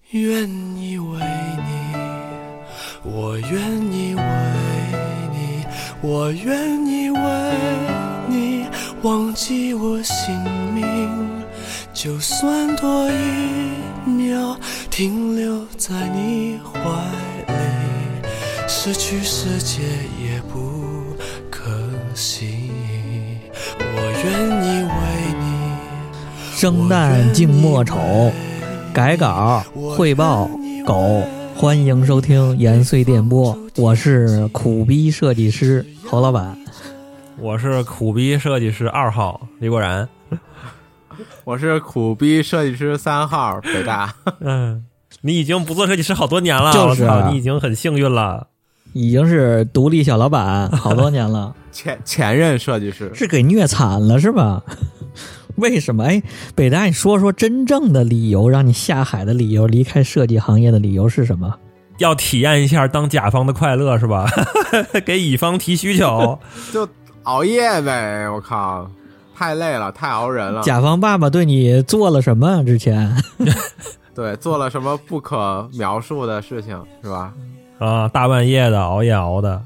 愿意为你，我愿意为你，我愿意为你忘记我姓名，就算多一秒停留在你怀里，失去世界也不可惜。我愿意为你， 生旦净末丑，改稿汇报狗，欢迎收听延绥电波，我是苦逼设计师侯老板， 我是苦逼设计师2号李果然， 我是苦逼设计师3号北大。 你已经不做设计师好多年了， 就是啊， 我操，你已经很幸运了， 已经是独立小老板好多年了。 前任设计师是给虐惨了是吧？为什么？哎，北大，你说说真正的理由，让你下海的理由，离开设计行业的理由是什么？ 要体验一下当甲方的快乐是吧？给乙方提需求， 就熬夜呗。我靠，太累了，太熬人了。 甲方爸爸对你做了什么？之前对，做了什么不可描述的事情是吧？ 啊，大半夜的熬夜熬的，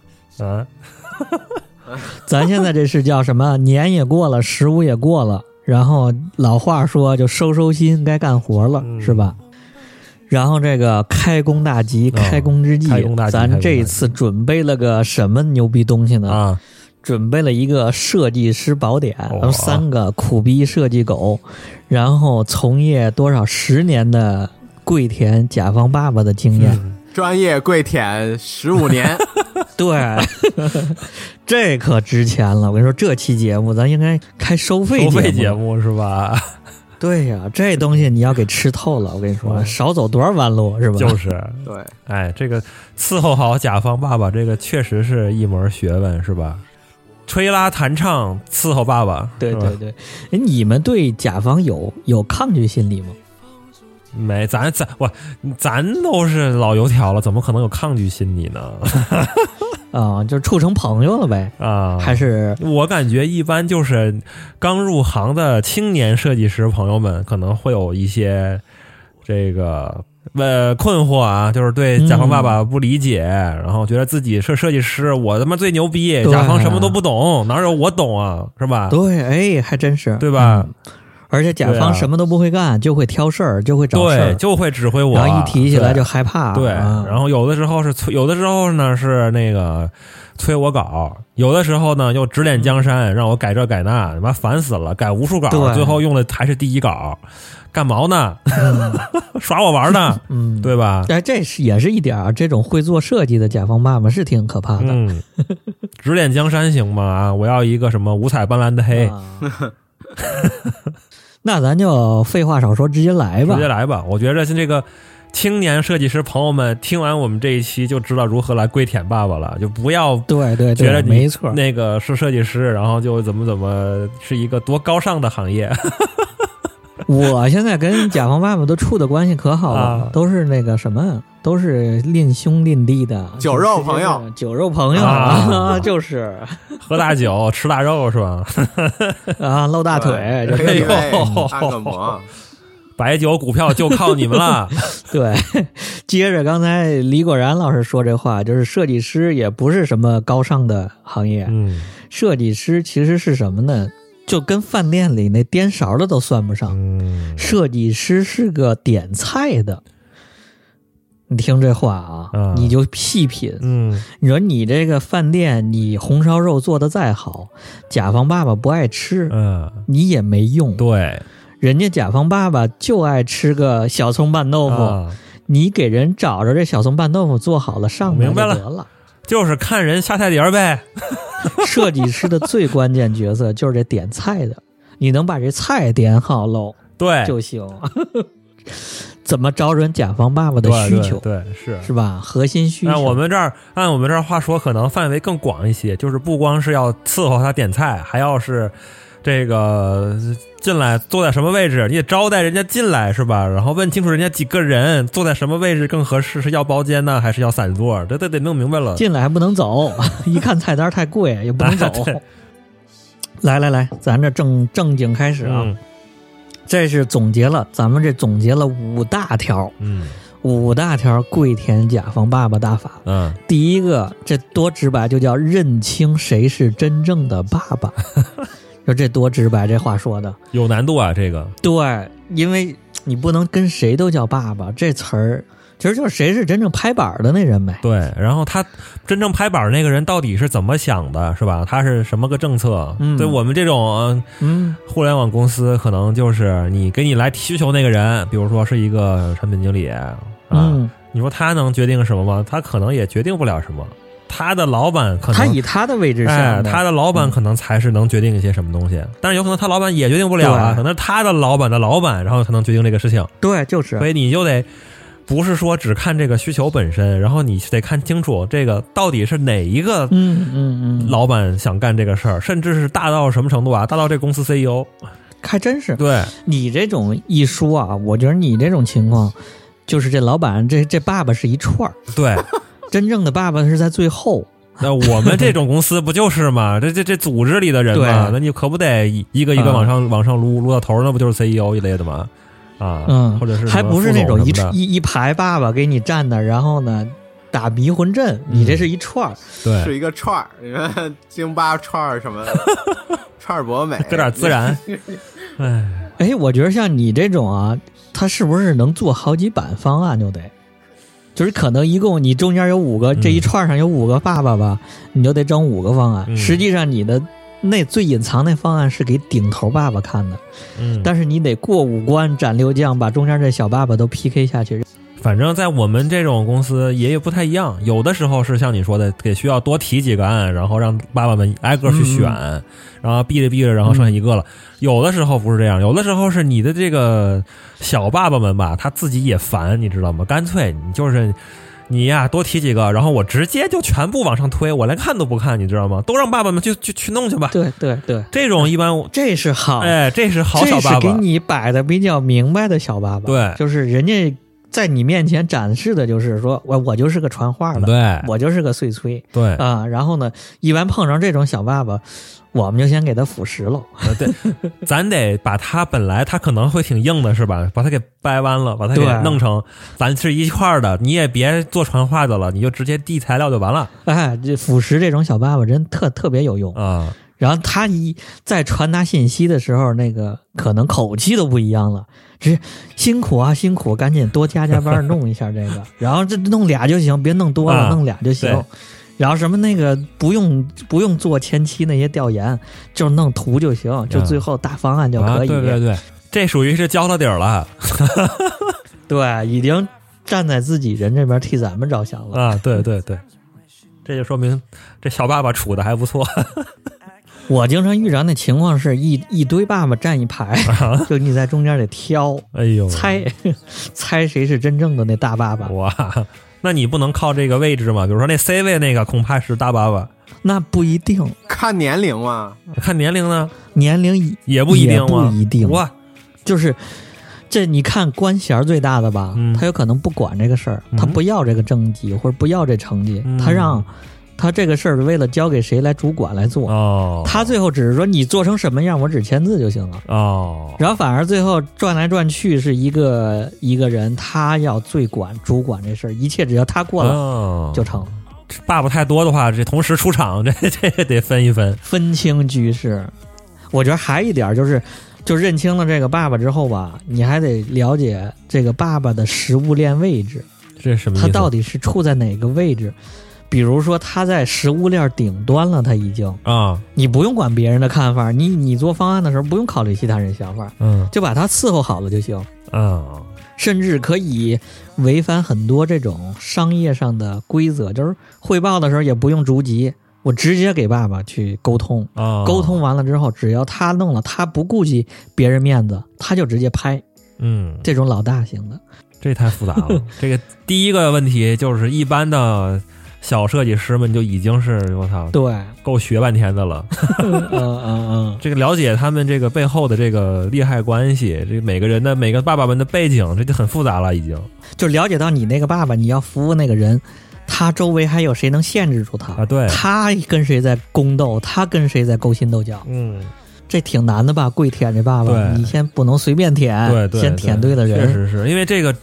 咱现在这是叫什么？年也过了，15也过了。然后老话说就收心，该干活了，是吧？然后这个开工大吉，开工之际，咱这一次准备了个什么牛逼东西呢？准备了一个设计师宝典，3个苦逼设计狗，然后从业多少10年的跪舔甲方爸爸的经验， 专业跪舔15年。 对，这可值钱了。我跟你说，这期节目咱应该开收费节目是吧？ 对呀，这东西你要给吃透了。我跟你说，少走多少弯路是吧？ 就是对， 哎，这个伺候好甲方爸爸，这个确实是一门学问是吧？吹拉弹唱伺候爸爸， 对对对。哎，你们对甲方有抗拒心理吗？ 没，咱都是老油条了，怎么可能有抗拒心理呢？ 就处成朋友了呗啊？还是我感觉一般就是刚入行的青年设计师朋友们可能会有一些这个困惑啊，就是对甲方爸爸不理解，然后觉得自己是设计师，我他妈最牛逼，甲方什么都不懂，哪有我懂啊，是吧？ 对，哎，还真是， 对吧？ 而且甲方什么都不会干，就会挑事儿，就会找事儿， 对，就会指挥我， 然后一提起来就害怕。 对，然后有的时候呢是那个催我稿，有的时候呢又指点江山，让我改这改那，他妈烦死了，改无数稿，最后用的还是第一稿，干毛呢？耍我玩呢？对吧？ 但这也是一点，这种会做设计的甲方爸爸是挺可怕的。 指点江山行吗？我要一个什么五彩斑斓的黑。 那咱就废话少说，直接来吧。 我觉得这个青年设计师朋友们听完我们这一期就知道如何来跪舔爸爸了，就不要对觉得你没错， 那个是设计师，然后就怎么是一个多高尚的行业。 我现在跟甲方爸爸都处的关系可好了，都是那个什么，都是邻兄邻弟的酒肉朋友， 就是喝大酒吃大肉是吧？ 露大腿， 按个摩， 白酒股票就靠你们了。 对，接着刚才李果然老师说这话，就是设计师也不是什么高尚的行业，设计师其实是什么呢？就跟饭店里那颠勺的都算不上，设计师是个点菜的。你听这话啊，你就细品。你说你这个饭店，你红烧肉做的再好，甲方爸爸不爱吃，你也没用。 对， 人家甲方爸爸就爱吃个小葱拌豆腐，你给人找着这小葱拌豆腐做好了上来就得了。 就是看人下菜碟呗。 设计师的最关键角色就是这点菜的，你能把这菜点好喽， 对就行。怎么找准甲方爸爸的需求？ 对，是吧？核心需求。 按我们这儿话说，可能范围更广一些，就是不光是要伺候他点菜，还要是这个进来坐在什么位置，你得招待人家进来是吧？然后问清楚人家几个人坐在什么位置更合适，是要包间呢还是要散座？这得弄明白了。 进来还不能走，一看菜单太贵也不能走。来，咱这正经开始啊。这是咱们总结了5大条。 5大条跪舔甲方爸爸大法。第一个，这多直白，就叫认清谁是真正的爸爸。就这多直白，这话说的有难度啊，这个。 对，因为你不能跟谁都叫爸爸，这词儿其实就是谁是真正拍板的那人呗。 对，然后他真正拍板那个人到底是怎么想的，是吧？他是什么个政策？对我们这种互联网公司，可能就是你给你来提需求那个人，比如说是一个产品经理你说他能决定什么吗？他可能也决定不了什么。他的老板可能他以他的位置下， 他的老板可能才是能决定一些什么东西，但是有可能他老板也决定不了啊，可能是他的老板的老板，然后才能决定这个事情。 对，就是。 所以你就得不是说只看这个需求本身，然后你得看清楚这个到底是哪一个老板想干这个事儿，甚至是大到什么程度啊？大到这公司 CEO， 还真是。 对你这种一说啊，我觉得你这种情况就是这老板这爸爸是一串儿。 对。 真正的爸爸是在最后。 那我们这种公司不就是吗？这组织里的人嘛，那你可不得一个一个往上撸到头，那不就是 CEO 一类的吗？或者是还不是那种一排爸爸给你站那，然后呢打迷魂阵，你这是一串儿。 对， 是一个串儿，你看京巴串儿什么串儿博美， 搁点自然。 哎，我觉得像你这种啊，他是不是能做好几版方案就得？就是可能一共你中间有5个，这一串上有5个爸爸吧，你就得整5个方案。实际上你的那最隐藏那方案是给顶头爸爸看的，但是你得过5关斩6将，把中间这小爸爸都 PK 下去。 反正在我们这种公司也不太一样，有的时候是像你说的给需要多提几个案，然后让爸爸们挨个去选，然后逼着然后剩下一个了。有的时候不是这样，有的时候是你的这个小爸爸们吧，他自己也烦，你知道吗？干脆你就是你呀多提几个，然后我直接就全部往上推，我连看都不看，你知道吗？都让爸爸们去弄去吧。 对， 这种一般这是好， 这是好小爸爸， 这是给你摆的比较明白的小爸爸。 对， 就是人家在你面前展示的就是说我就是个传话的， 对， 我就是个碎催， 对然后呢，一般碰上这种小爸爸，我们就先给他腐蚀了。 对，咱得把他本来他可能会挺硬的，是吧？把他给掰弯了，把他给弄成咱是一块的，你也别做传话的了，你就直接递材料就完了。 这腐蚀这种小爸爸真特别有用啊。 然后他在传达信息的时候，那个可能口气都不一样了，只是辛苦啊，辛苦，赶紧多加班弄一下这个，然后这弄俩就行，别弄多了，弄俩就行。然后什么那个不用做前期那些调研，就弄图就行，就最后大方案就可以。 对，这属于是交了底儿了。 对，已经站在自己人这边替咱们着想了啊！对，这就说明这小爸爸处的还不错。 我经常遇着那情况是一堆爸爸站一排，就你在中间得挑， 哎呦， 猜谁是真正的那大爸爸。 哇，那你不能靠这个位置吗？比如说那 C 位那个恐怕是大爸爸。 那不一定， 看年龄嘛。 看年龄呢？ 年龄也不一定吗？ 不一定。 哇， 就是这你看官衔最大的吧，他有可能不管这个事儿，他不要这个政绩或者不要这成绩，他让他这个事儿为了交给谁来主管来做，他最后只是说你做成什么样，我只签字就行了。然后反而最后转来转去是一个人，他要最主管这事儿，一切只要他过了就成。 爸爸太多的话，这同时出场，这得分一分， 分清局势。我觉得还一点就认清了这个爸爸之后吧，你还得了解这个爸爸的食物链位置， 这是什么意思？ 他到底是处在哪个位置？比如说他在食物链顶端了，他已经你不用管别人的看法，你做方案的时候不用考虑其他人想法，就把他伺候好了就行。甚至可以违反很多这种商业上的规则，就是汇报的时候也不用逐级，我直接给爸爸去沟通，沟通完了之后，只要他弄了，他不顾及别人面子，他就直接拍。这种老大型的， 这太复杂了。这个第一个问题就是一般的小设计师们就已经是我操， 对， 够学半天的了。这个了解他们这个背后的这个利害关系，这每个爸爸们的背景，这就很复杂了，已经就了解到你那个爸爸，你要服务那个人，他周围还有谁能限制住他啊？对， 他跟谁在宫斗，他跟谁在勾心斗角。这挺难的吧？跪舔这爸爸，你先不能随便舔， 对， 先舔对了人。 确实是因为这个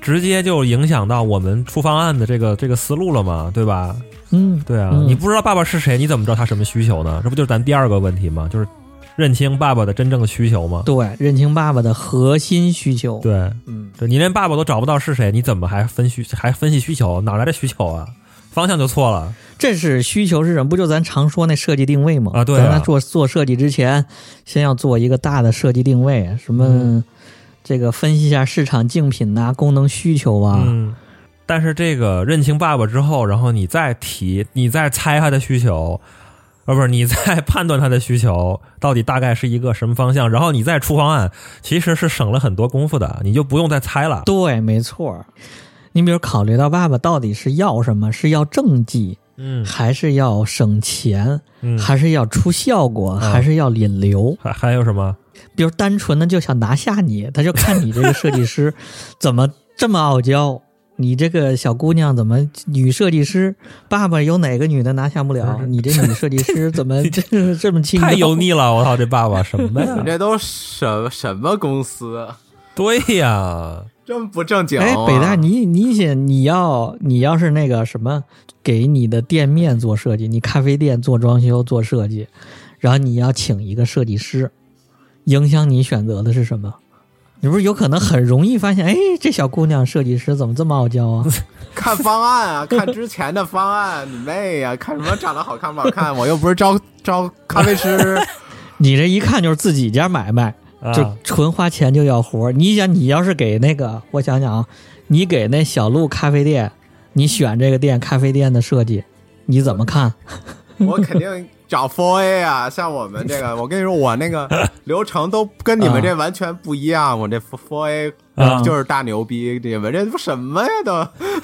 直接就影响到我们出方案的这个思路了嘛，对吧？对啊，你不知道爸爸是谁，你怎么知道他什么需求呢？这不就是咱第二个问题吗？就是认清爸爸的真正的需求吗？ 对，认清爸爸的核心需求。 对，对，你连爸爸都找不到是谁，你怎么还分析需求？哪来的需求啊？方向就错了。 这是需求是什么？不就咱常说那设计定位吗？ 啊，对啊， 咱做设计之前，先要做一个大的设计定位，什么这个分析一下市场竞品啊、功能需求啊。 但是这个认清爸爸之后，然后你再猜他的需求，不是你再判断他的需求到底大概是一个什么方向，然后你再出方案，其实是省了很多功夫的，你就不用再猜了。 对，没错。你比如考虑到爸爸到底是要什么，是要政绩，还是要省钱，还是要出效果，还是要引流， 还有什么？ 比如单纯的就想拿下你，他就看你这个设计师怎么这么傲娇。你这个小姑娘怎么女设计师爸爸有哪个女的拿下不了？你这女设计师怎么这么轻？ 太油腻了！我操，这爸爸什么呀？ 你这都什么公司？ 对呀， 这么不正经啊！ 哎，北大，你要是那个什么，给你的店面做设计，你咖啡店做装修做设计，然后你要请一个设计师，影响你选择的是什么？你不是有可能很容易发现，哎，这小姑娘设计师怎么这么傲娇啊？ 看方案啊，看之前的方案，你妹呀！看什么长得好看不好看？我又不是招咖啡师。 你这一看就是自己家买卖，就纯花钱就要活。你想，你要是给那个，我想想啊，你给那小鹿咖啡店，你选这个店咖啡店的设计，你怎么看？ 我肯定找 4A 啊，像我们这个，我跟你说，我那个流程都跟你们这完全不一样。我这 4A 就是大牛逼，你们这不什么呀都。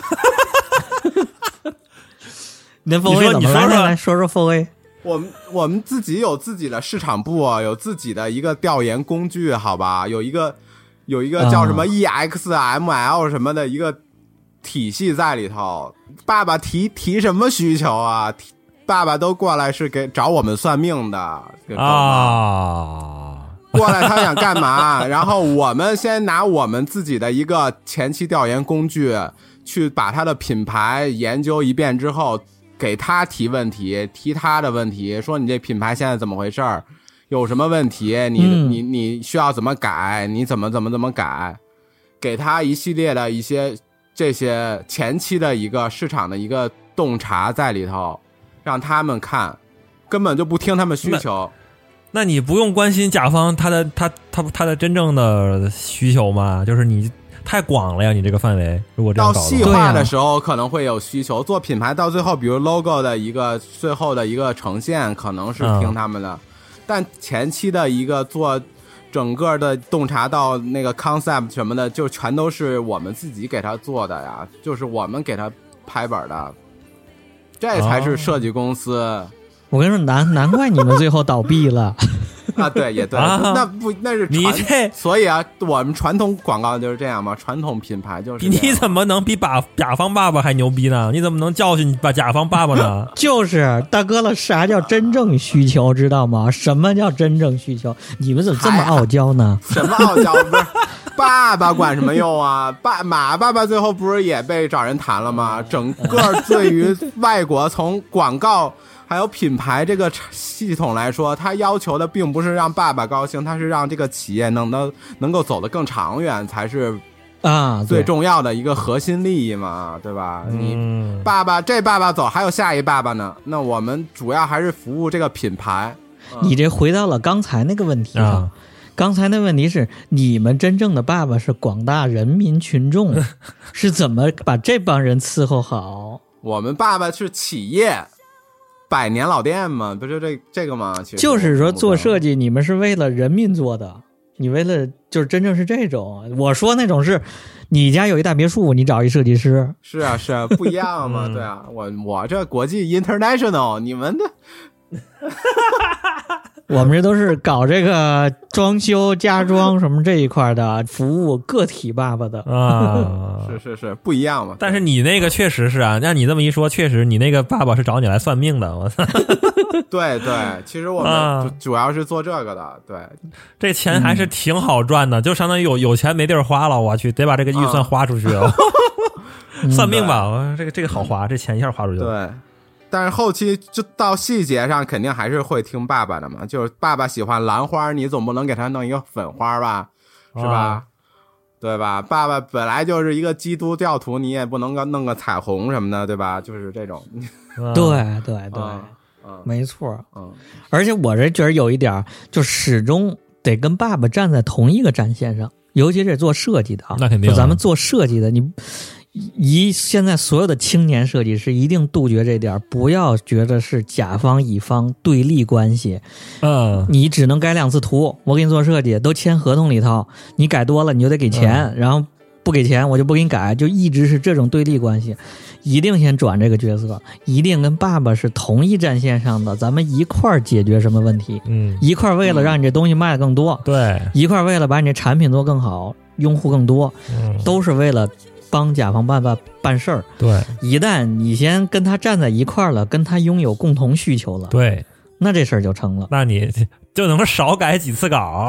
您 4A 怎么来说 4A？ 我们自己有自己的市场部啊，有自己的一个调研工具，好吧？有一个叫什么 EXML 什么的一个体系在里头。爸爸提什么需求啊？爸爸都过来是找我们算命的啊，过来他想干嘛？然后我们先拿我们自己的一个前期调研工具，去把他的品牌研究一遍之后，给他提问题，提他的问题，说你这品牌现在怎么回事儿，有什么问题？你需要怎么改？你怎么改？给他一系列的一些这些前期的一个市场的一个洞察在里头。让他们看，根本就不听他们需求。 那你不用关心甲方他的真正的需求吗？就是你太广了呀，你这个范围。如果这样搞到细化的时候可能会有需求，做品牌到最后，比如 logo 的一个最后的一个呈现，可能是听他们的。但前期的一个做整个的洞察到那个 concept 什么的，就全都是我们自己给他做的呀，就是我们给他拍本的。这才是设计公司。 我跟你说，难怪你们最后倒闭了啊！对，也对，那是你这， 所以啊，我们传统广告就是这样嘛，传统品牌就是这样。 你怎么能比甲方爸爸还牛逼呢？你怎么能教训甲方爸爸呢？ 就是大哥了，啥叫真正需求，知道吗？什么叫真正需求？你们怎么这么傲娇呢？ 什么傲娇？不是爸爸管什么用啊？马爸爸最后不是也被找人谈了吗？整个对于外国从广告还有品牌这个系统来说，他要求的并不是让爸爸高兴，他是让这个企业能够走得更长远，才是最重要的一个核心利益嘛，对吧？你爸爸走，还有下一爸爸呢，那我们主要还是服务这个品牌。 你这回到了刚才那个问题上。刚才那问题是你们真正的爸爸是广大人民群众是怎么把这帮人伺候好？ 我们爸爸是企业百年老店嘛，不是这个吗？其实就是说做设计你们是为了人民做的，你为了就是真正是这种。我说那种是你家有一大别墅，你找一设计师。 是啊不一样嘛。对啊，我这国际 international， 你们的我们这都是搞这个装修、家装什么这一块的服务，个体爸爸的啊， 是不一样嘛。 但是你那个确实是啊，让你这么一说，确实你那个爸爸是找你来算命的，我操。 对，其实我们主要是做这个的，对， 这钱还是挺好赚的，就相当于有钱没地儿花了，我去，得把这个预算花出去了。算命吧，这个好花，这钱一下花出去了。 对。但是后期就到细节上肯定还是会听爸爸的嘛，就是爸爸喜欢兰花，你总不能给他弄一个粉花吧，是吧？对吧？爸爸本来就是一个基督教徒，你也不能弄个彩虹什么的，对吧？就是这种。 对，没错。而且我这觉得有一点，就始终得跟爸爸站在同一个战线上，尤其是做设计的啊， 那肯定。 咱们做设计的，现在所有的青年设计师一定杜绝这点，不要觉得是甲方乙方对立关系。你只能改2次图，我给你做设计都签合同里头，你改多了你就得给钱，然后不给钱我就不给你改，就一直是这种对立关系。一定先转这个角色，一定跟爸爸是同一战线上的，咱们一块儿解决什么问题。一块儿为了让你这东西卖得更多， 对， 一块儿为了把你这产品做更好，用户更多，都是为了帮甲方爸爸办事儿。 对， 一旦你先跟他站在一块儿了，跟他拥有共同需求了， 对， 那这事儿就成了。 那你就能少改几次稿。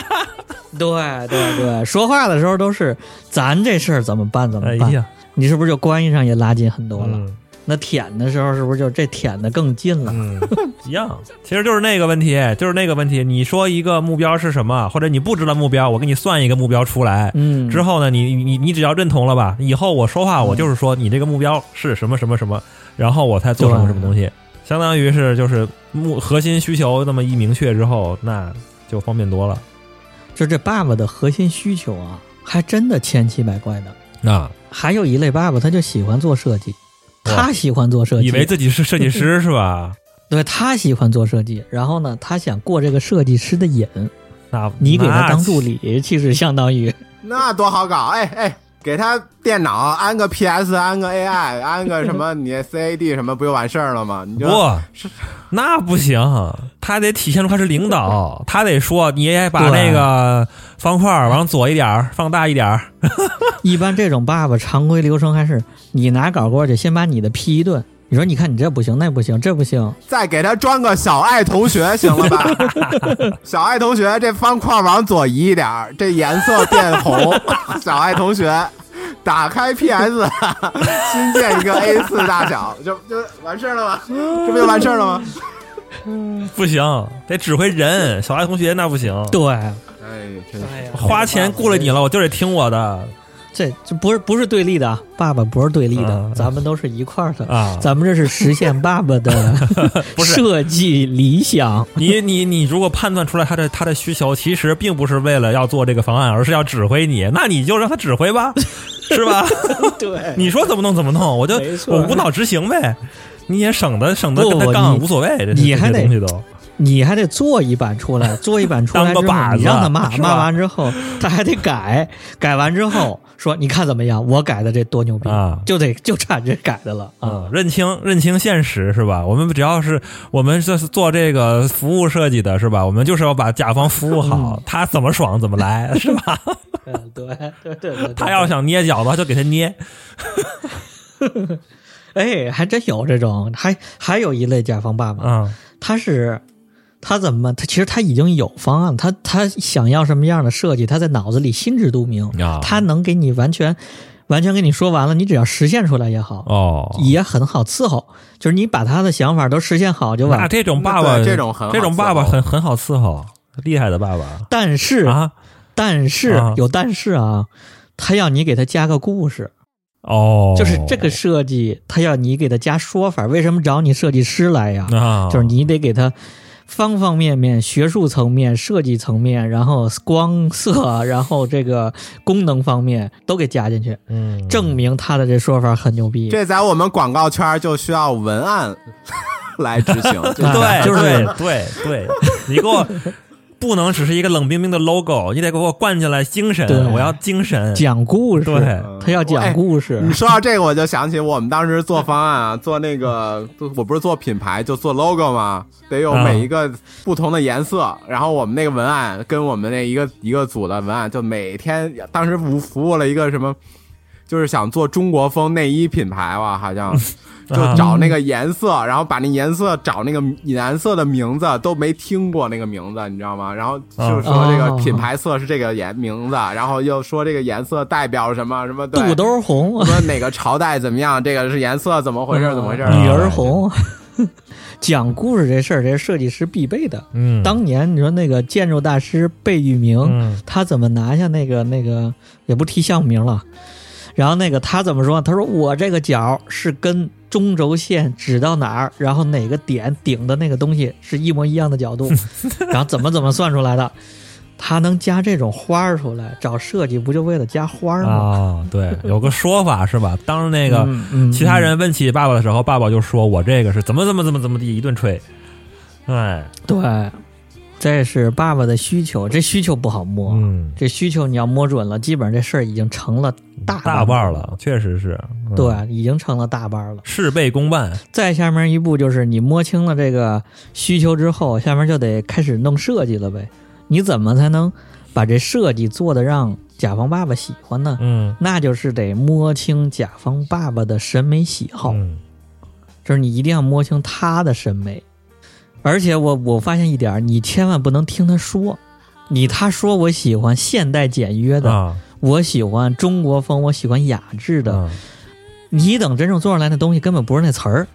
对，说话的时候都是咱这事儿怎么办怎么办。你是不是就关系上也拉近很多了？那舔的时候是不是就这舔的更近了？ 一样，其实就是那个问题，你说一个目标是什么，或者你不知道目标，我给你算一个目标出来，之后呢，你只要认同了吧，以后我说话我就是说你这个目标是什么什么什么，然后我才做什么什么东西，相当于是就是核心需求那么一明确之后，那就方便多了。 就这爸爸的核心需求啊，还真的千奇百怪的啊。 还有一类爸爸，他就喜欢做设计，他喜欢做设计， 以为自己是设计师是吧？ 对，他喜欢做设计，然后呢，他想过这个设计师的瘾。 那你给他当助理，其实相当于那多好搞！哎，给他电脑安个 PS， 安个 AI， 安个什么你 CAD 什么，不就完事儿了吗？你就那不行，他得体现出他是领导，他得说你也把那个方块往左一点，放大一点。 一般这种爸爸常规流程还是你拿稿过去，先把你的批一顿。你说你看你这不行，那不行，这不行， 再给他装个小爱同学，行了吧？小爱同学，这方块往左移一点，这颜色变红。小爱同学，打开 PS， 新建一个 A4 大小，就完事儿了吗？这不就完事儿了吗？ 不行，得指挥人。小爱同学那不行。 对， 真是花钱雇了你了，我就得听我的。 这不是对立的，爸爸不是对立的，咱们都是一块儿的啊。 咱们这是实现爸爸的设计理想。 你如果判断出来他的需求，其实并不是为了要做这个方案，而是要指挥你，那你就让他指挥吧，是吧？ 对， 你说怎么弄怎么弄，我无脑执行呗。你也省得跟他杠无所谓， 你还得东西都。 你还得做一版出来，做一版出来之后，你让他骂完之后，他还得改完之后说你看怎么样？我改的这多牛逼啊！ 就差这改的了啊！ 认清现实是吧？我们只要是我们是做这个服务设计的是吧？我们就是要把甲方服务好，他怎么爽怎么来是吧？ 对， 他要想捏饺子就给他捏。 哎，还真有这种，还有一类甲方爸爸，他其实他已经有方案，他想要什么样的设计，他在脑子里心知肚明，他能给你完全跟你说完了，你只要实现出来也好，也很好伺候，就是你把他的想法都实现好就完。 那这种爸爸， 这种爸爸很好伺候，厉害的爸爸。 但是有但是啊，他要你给他加个故事。就是这个设计，他要你给他加说法，为什么找你设计师来呀？就是你得给他方方面面，学术层面、设计层面，然后光色，然后这个功能方面都给加进去，证明他的这说法很牛逼。 这在我们广告圈就需要文案来执行。 对，你给我不能只是一个冷冰冰的 logo， 你得给我灌进来精神，我要精神， 讲故事， 对， 他要讲故事。 你说到这个，我就想起我们当时做方案啊，做那个，我不是做品牌，就做 logo 嘛，得有每一个不同的颜色。然后我们那个文案跟我们那一个组的文案，就每天当时服务了一个什么，就是想做中国风内衣品牌吧，好像。就找那个颜色，然后把那颜色找那个颜色的名字都没听过那个名字，你知道吗？然后就说这个品牌色是这个名字，然后又说这个颜色代表什么什么， 肚兜红， 说哪个朝代怎么样，这个是颜色怎么回事，怎么回事？ 女儿红。讲故事这事儿，这是设计师必备的。当年你说那个建筑大师贝聿铭，他怎么拿下那个也不提项目名了。然后那个他怎么说？他说我这个角是跟中轴线指到哪儿，然后哪个点顶的那个东西是一模一样的角度，然后怎么算出来的？他能加这种花出来，找设计不就为了加花吗？ 啊，对，有个说法是吧？当那个其他人问起爸爸的时候，爸爸就说我这个是怎么地一顿吹。哎， 对。这是爸爸的需求，这需求不好摸，这需求你要摸准了，基本上这事儿已经成了大半了， 确实是， 对，已经成了大半了， 事倍功半。 再下面一步就是你摸清了这个需求之后，下面就得开始弄设计了呗。你怎么才能把这设计做得让甲方爸爸喜欢呢？那就是得摸清甲方爸爸的审美喜好，就是你一定要摸清他的审美。而且我发现一点，你千万不能听他说，他说我喜欢现代简约的，我喜欢中国风，我喜欢雅致的，你等真正做出来的东西根本不是那词儿。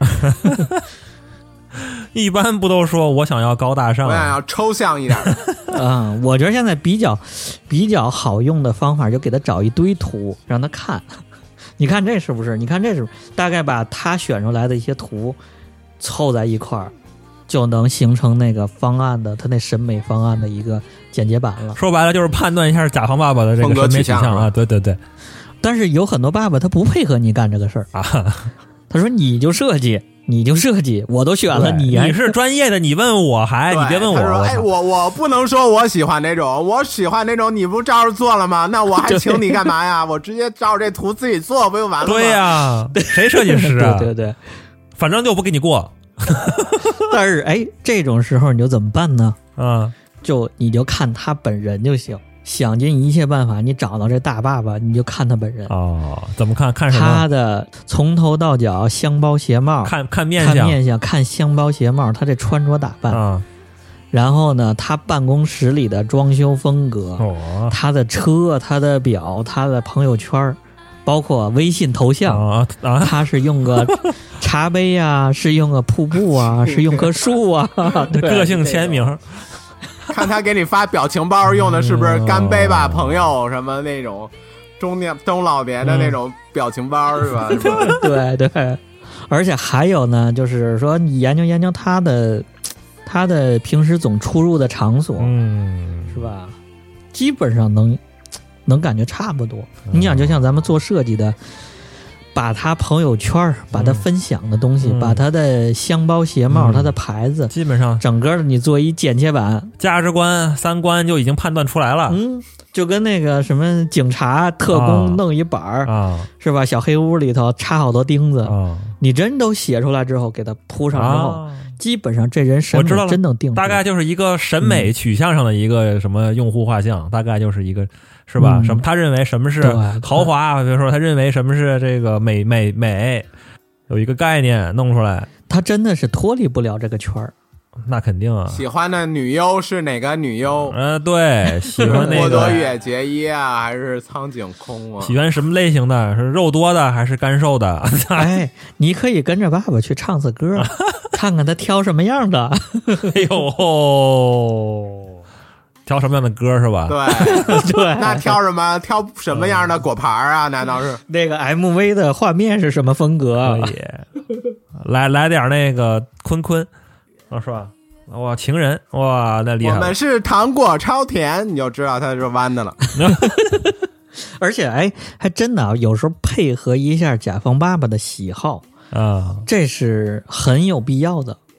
一般不都说我想要高大上， 我想要抽象一点。 我觉得现在比较好用的方法，就给他找一堆图让他看，你看这是不是？你看这是大概把他选出来的一些图凑在一块儿。就能形成那个方案的他那审美方案的一个简洁版了。 说白了就是判断一下甲方爸爸的这个审美取向啊，对对对。 但是有很多爸爸他不配合你干这个事儿啊，他说你就设计，我都选了你是专业的，你问我你别问我。 他说哎，我不能说我喜欢那种，我喜欢那种，你不照着做了吗？那我还请你干嘛呀？我直接照着这图自己做不就完了吗？ 对呀，谁设计师啊？ 对， 反正就不给你过。 但是这种时候你就怎么办呢？你就看他本人就行，想尽一切办法，你找到这大爸爸，你就看他本人。 怎么看？看什么？ 他的从头到脚箱包鞋帽， 看面相， 看箱包鞋帽，他这穿着打扮。然后呢，他办公室里的装修风格，他的车，他的表，他的朋友圈。包括微信头像他是用个茶杯啊，是用个瀑布啊，是用棵树啊， 个性签名。 看他给你发表情包用的是不是干杯吧朋友什么那种中老年的那种表情包是吧？ 对。而且还有呢，就是说你研究他的平时总出入的场所，是吧？基本上能感觉差不多。你想，就像咱们做设计的，把他朋友圈，把他分享的东西，把他的箱包鞋帽，他的牌子， 基本上整个的你做一剪切版， 价值观、三观就已经判断出来了。 就跟那个什么警察、特工弄一板是吧？小黑屋里头插好多钉子，你真都写出来之后，给他铺上之后。基本上这人审美真能定， 大概就是一个审美取向上的一个什么用户画像，大概就是一个是吧？什么他认为什么是豪华，比如说他认为什么是这个美，有一个概念弄出来， 他真的是脱离不了这个圈儿。 那肯定啊， 喜欢的女优是哪个女优？ 对，喜欢那个波多野结衣啊，还是苍井空啊？ 喜欢什么类型的？是肉多的还是干瘦的？ 你可以跟着爸爸去唱次歌，看看他挑什么样的。 哎呦，挑什么样的歌是吧？ 对， 那挑什么？挑什么样的果盘啊？难道是那个 MV 的画面是什么风格？ 来点那个坤。是吧？哇，情人哇，那厉害了！ 我们是糖果超甜，你就知道它是弯的了。 而且还真的有时候配合一下甲方爸爸的喜好这是很有必要的。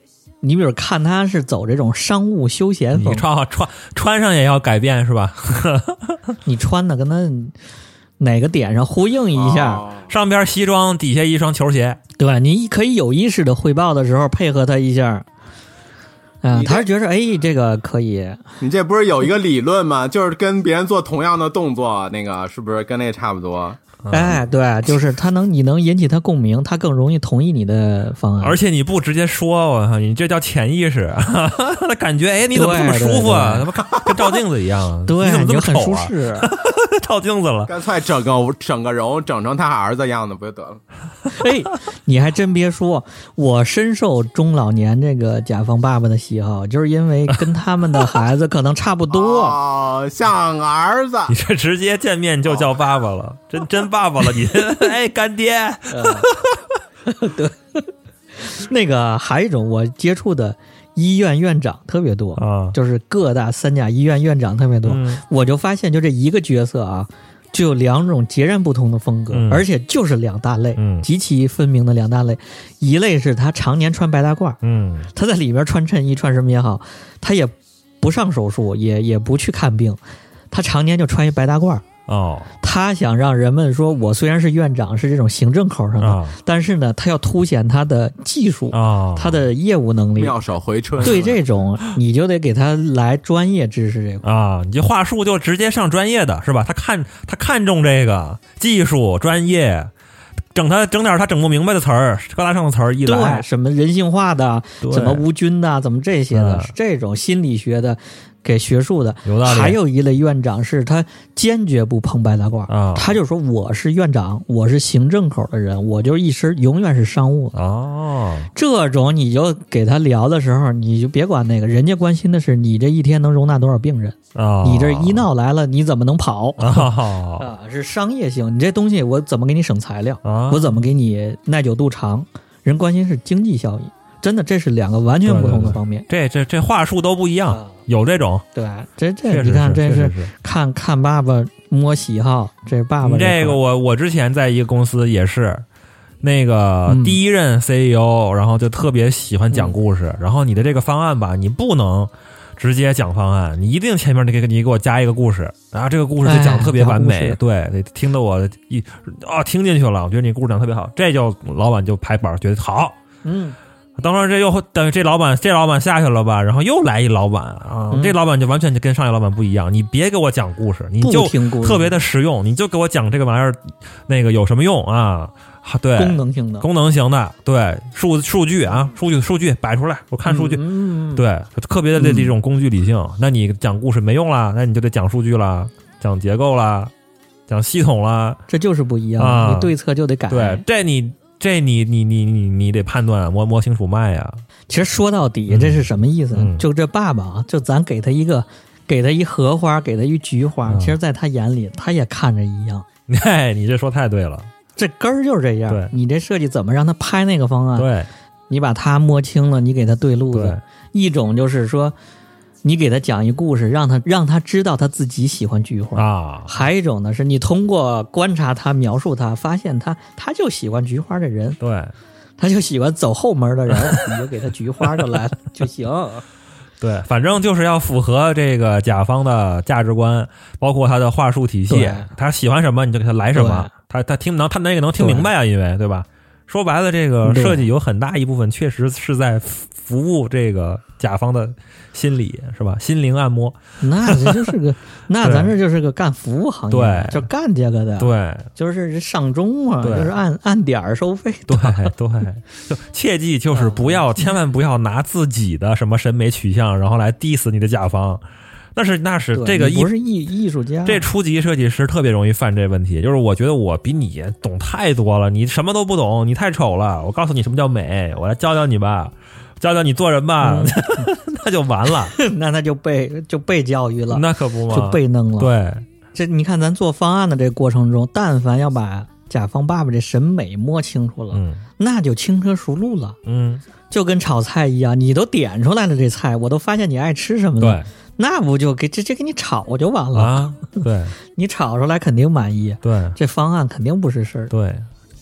你比如看他是走这种商务休闲风， 你穿上也要改变是吧？ 你穿的跟他哪个点上呼应一下， 上边西装，底下一双球鞋， 对，你可以有意识的汇报的时候配合他一下。他是觉得这个可以。 你这不是有一个理论吗？就是跟别人做同样的动作，那个是不是跟那差不多？ 对，就是你能引起他共鸣，他更容易同意你的方案。 而且你不直接说，你这叫潜意识，他感觉你怎么这么舒服啊？怎么跟照镜子一样？ 对， 你怎么这么丑啊？ 很舒适， 照镜子了， 干脆整个容整成他儿子样子不就得了？ 你还真别说，我深受中老年这个甲方爸爸的喜好，就是因为跟他们的孩子可能差不多， 像儿子。 你这直接见面就叫爸爸了，真爸爸了你，干爹。 对，那个还有一种我接触的医院院长特别多啊，就是各大3甲医院院长特别多，我就发现就这一个角色啊，就有2种截然不同的风格，而且就是2大类，极其分明的2大类。一类是他常年穿白大褂，他在里边穿衬衣穿什么也好，他也不上手术，也不去看病，他常年就穿一白大褂。他想让人们说，我虽然是院长，是这种行政口上的，但是呢，他要凸显他的技术，他的业务能力， 妙手回春。 对这种，你就得给他来专业知识这块你这话术就直接上专业的是吧？他看重这个技术专业，整点他整不明白的词儿，高大上的词儿一来， 对，什么人性化的，怎么无菌的，怎么这些的，是这种心理学的。给学术的， 有道理。 还有一类院长是他坚决不碰白大褂，他就说我是院长，我是行政口的人，我就一身永远是商务。这种你就给他聊的时候，你就别管那个，人家关心的是你这一天能容纳多少病人，你这医闹来了你怎么能跑是商业性，你这东西我怎么给你省材料，我怎么给你耐久度长，人关心是经济效益。真的，这是2个完全不同的方面。 对，这话术都不一样，有这种。 对，这你看，这是看爸爸摸喜好，这是爸爸。 这个我之前在一个公司也是，那个第一任 CEO，然后就特别喜欢讲故事，然后你的这个方案吧，你不能直接讲方案，你一定前面你给我加一个故事，然后这个故事就讲特别完美，对，得听得我听进去了，我觉得你故事讲特别好，这就老板就拍板觉得好，当时这又等于这老板下去了吧，然后又来一老板这老板就完全就跟上一老板不一样，你别给我讲故事，你就特别的实用，你就给我讲这个玩意儿那个有什么用啊？对，功能型的，对，数据啊，数据摆出来，我看数据，对，特别的这种工具理性。那你讲故事没用啦，那你就得讲数据啦，讲结构啦，讲系统啦， 这就是不一样，你对策就得改。 对，这你得判断摸清楚脉呀。 其实说到底，这是什么意思？就这爸爸啊，就咱给他一荷花，给他一菊花，其实在他眼里，他也看着一样。 你这说太对了， 这根儿就是这样。 对， 你这设计怎么让他拍那个方案？ 对， 你把他摸清了，你给他对路子。一种就是说，你给他讲一故事，让他知道他自己喜欢菊花还有一种呢，是你通过观察他、描述他，发现他就喜欢菊花的人， 对， 他就喜欢走后门的人，你就给他菊花就来了就行。 对，反正就是要符合这个甲方的价值观，包括他的话术体系，他喜欢什么你就给他来什么，他那个能听明白啊，因为对吧？说白了，这个设计有很大一部分确实是在服务这个甲方的心理，是吧？心灵按摩。 那这就是个，那咱这就是个干服务行业， 对， 就干这个的， 对， 就是上钟啊，就是按点收费， 对，就切记就是千万不要拿自己的什么审美取向，然后来 diss 你的甲方。那是这个不是艺术家， 这初级设计师特别容易犯这问题，就是我觉得我比你懂太多了，你什么都不懂，你太丑了，我告诉你什么叫美，我来教教你吧，教教你做人吧，那就完了， 那他就被教育了， 那可不嘛， 就被弄了。 对， 这你看咱做方案的这个过程中，但凡要把甲方爸爸这审美摸清楚了，那就轻车熟路了，就跟炒菜一样，你都点出来了这菜，我都发现你爱吃什么了， 对。 那不就给你炒就完了对， 你炒出来肯定满意， 对， 这方案肯定不是事儿。 对，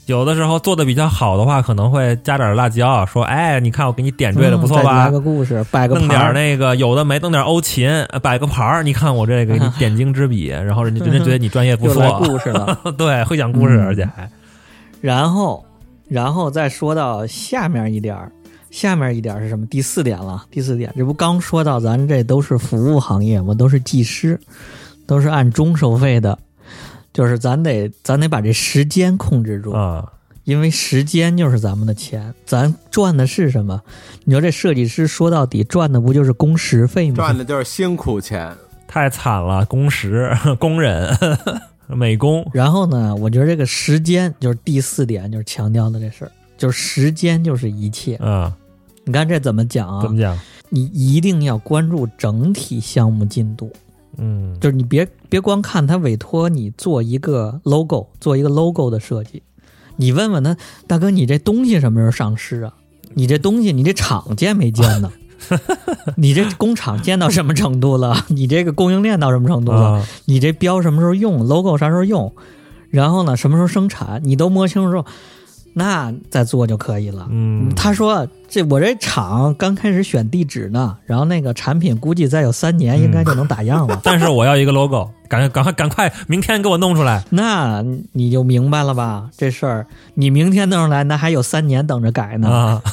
有的时候做的比较好的话，可能会加点辣椒，说哎，你看我给你点缀的不错吧？ 再来个故事，摆个弄点那个有的没，弄点欧芹，摆个盘儿，你看我这个给你点睛之笔，然后人家觉得你专业不错， 又来故事了， 对，会讲故事，而且还， 然后再说到下面一点是什么？第四点，这不刚说到咱这都是服务行业嘛，都是技师，都是按钟收费的。就是咱得把这时间控制住啊， 因为时间就是咱们的钱，咱赚的是什么？你说这设计师说到底赚的不就是工时费吗？ 赚的就是辛苦钱， 太惨了，工时、工人、美工。 然后呢，我觉得这个时间就是第四点，就是强调的这事儿，就是时间就是一切。你看这怎么讲啊？ 怎么讲？ 你一定要关注整体项目进度。就是你别光看他委托你做一个 logo 的设计，你问问他，大哥你这东西什么时候上市啊？你这东西你这厂建没建呢？你这工厂建到什么程度了？你这个供应链到什么程度了？你这标什么时候用 logo 啥时候用？然后呢什么时候生产？你都摸清楚，那再做就可以了。他说我这厂刚开始选地址呢，然后那个产品估计再有3年应该就能打样了。 但是我要一个 logo， 赶快明天给我弄出来。 那你就明白了吧？这事儿你明天弄出来，那还有3年等着改呢。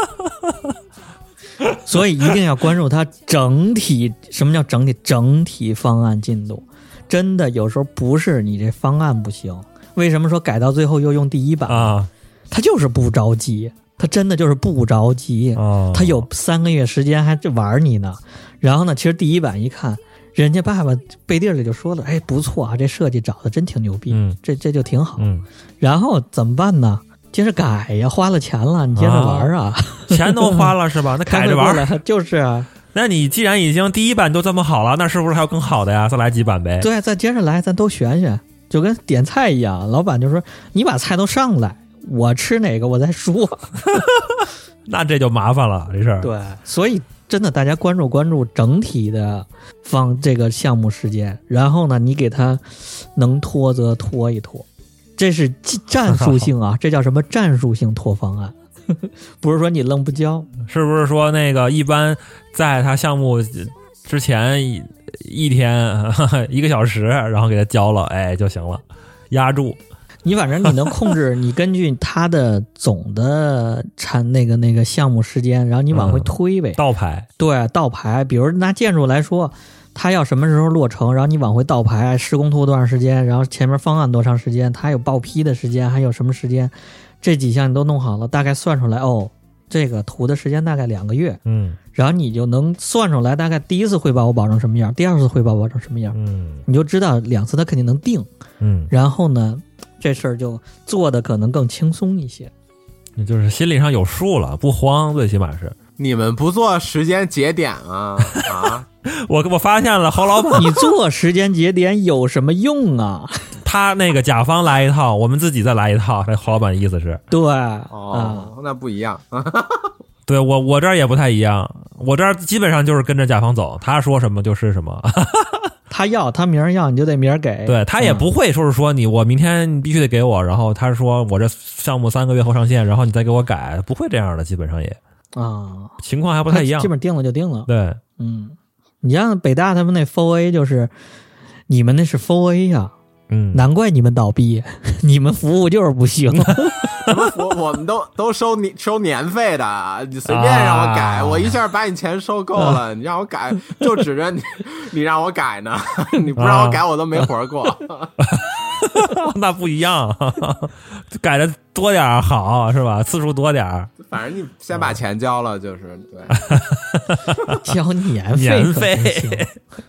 所以一定要关注它整体。什么叫整体？整体方案进度。真的有时候不是你这方案不行，为什么说改到最后又用第一版啊？ 他就是不着急，他真的就是不着急。他有3个月时间还玩你呢。然后呢，其实第一版一看，人家爸爸背地里就说了，哎，不错啊，这设计找的真挺牛逼，这就挺好。然后怎么办呢？接着改呀，花了钱了，你接着玩啊。 钱都花了是吧？那改着玩就是啊。 那你既然已经第一版都这么好了，那是不是还有更好的呀？再来几版呗。 对，再接着来，咱都选选，就跟点菜一样。老板就说：“你把菜都上来，我吃哪个我再说。” 那这就麻烦了，这事儿。 对，所以真的大家关注整体的这个项目时间，然后呢，你给他能拖则拖一拖，这是战术性啊，这叫什么战术性拖方案。不是说你愣不交， 是不是说那个一般在他项目之前一天1个小时，然后给他交了，哎就行了，压住。 你反正你能控制，你根据他的总的那个项目时间，然后你往回推呗， 倒排。 对，倒排。比如拿建筑来说，他要什么时候落成，然后你往回倒排，施工图多长时间，然后前面方案多长时间，他有报批的时间，还有什么时间。这几项你都弄好了，大概算出来这个图的时间大概2个月，然后你就能算出来大概第一次汇报我保证什么样，第二次汇报保证什么样，你就知道2次他肯定能定，然后呢，这事儿就做的可能更轻松一些， 你就是心理上有数了，不慌，最起码是。 你们不做时间节点啊？ 我发现了，侯老板， 你做时间节点有什么用啊？ 他那个甲方来一套，我们自己再来一套。那侯老板的意思是， 对， 那不一样。 对我这儿也不太一样，我这儿基本上就是跟着甲方走，他说什么就是什么。 他明儿要你就得明儿给， 对他也不会说我明天你必须得给我，然后他说我这项目3个月后上线，然后你再给我改，不会这样的，基本上也情况还不太一样， 基本定了就定了。 对， 你像北大他们那 4A 就是你们那是 4A 呀。难怪你们倒闭，你们服务就是不行。 什么服务？我们都收年费的，你随便让我改，我一下把你钱收够了，你让我改就指着你让我改呢，你不让我改我都没活过。 那不一样，改的多点好是吧？次数多点， 反正你先把钱交了就是对。 交年费。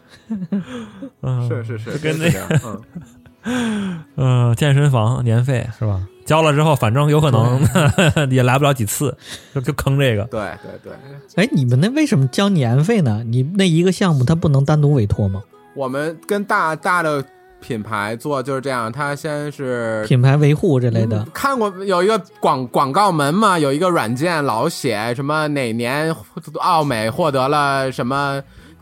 是跟那个健身房年费是吧？交了之后，反正有可能也来不了几次，就坑这个。 对。 哎，你们那为什么交年费呢？你那一个项目它不能单独委托吗？ 我们跟大的品牌做就是这样，他先是品牌维护之类的。 看过有一个广告门嘛，有一个软件老写什么哪年奥美获得了什么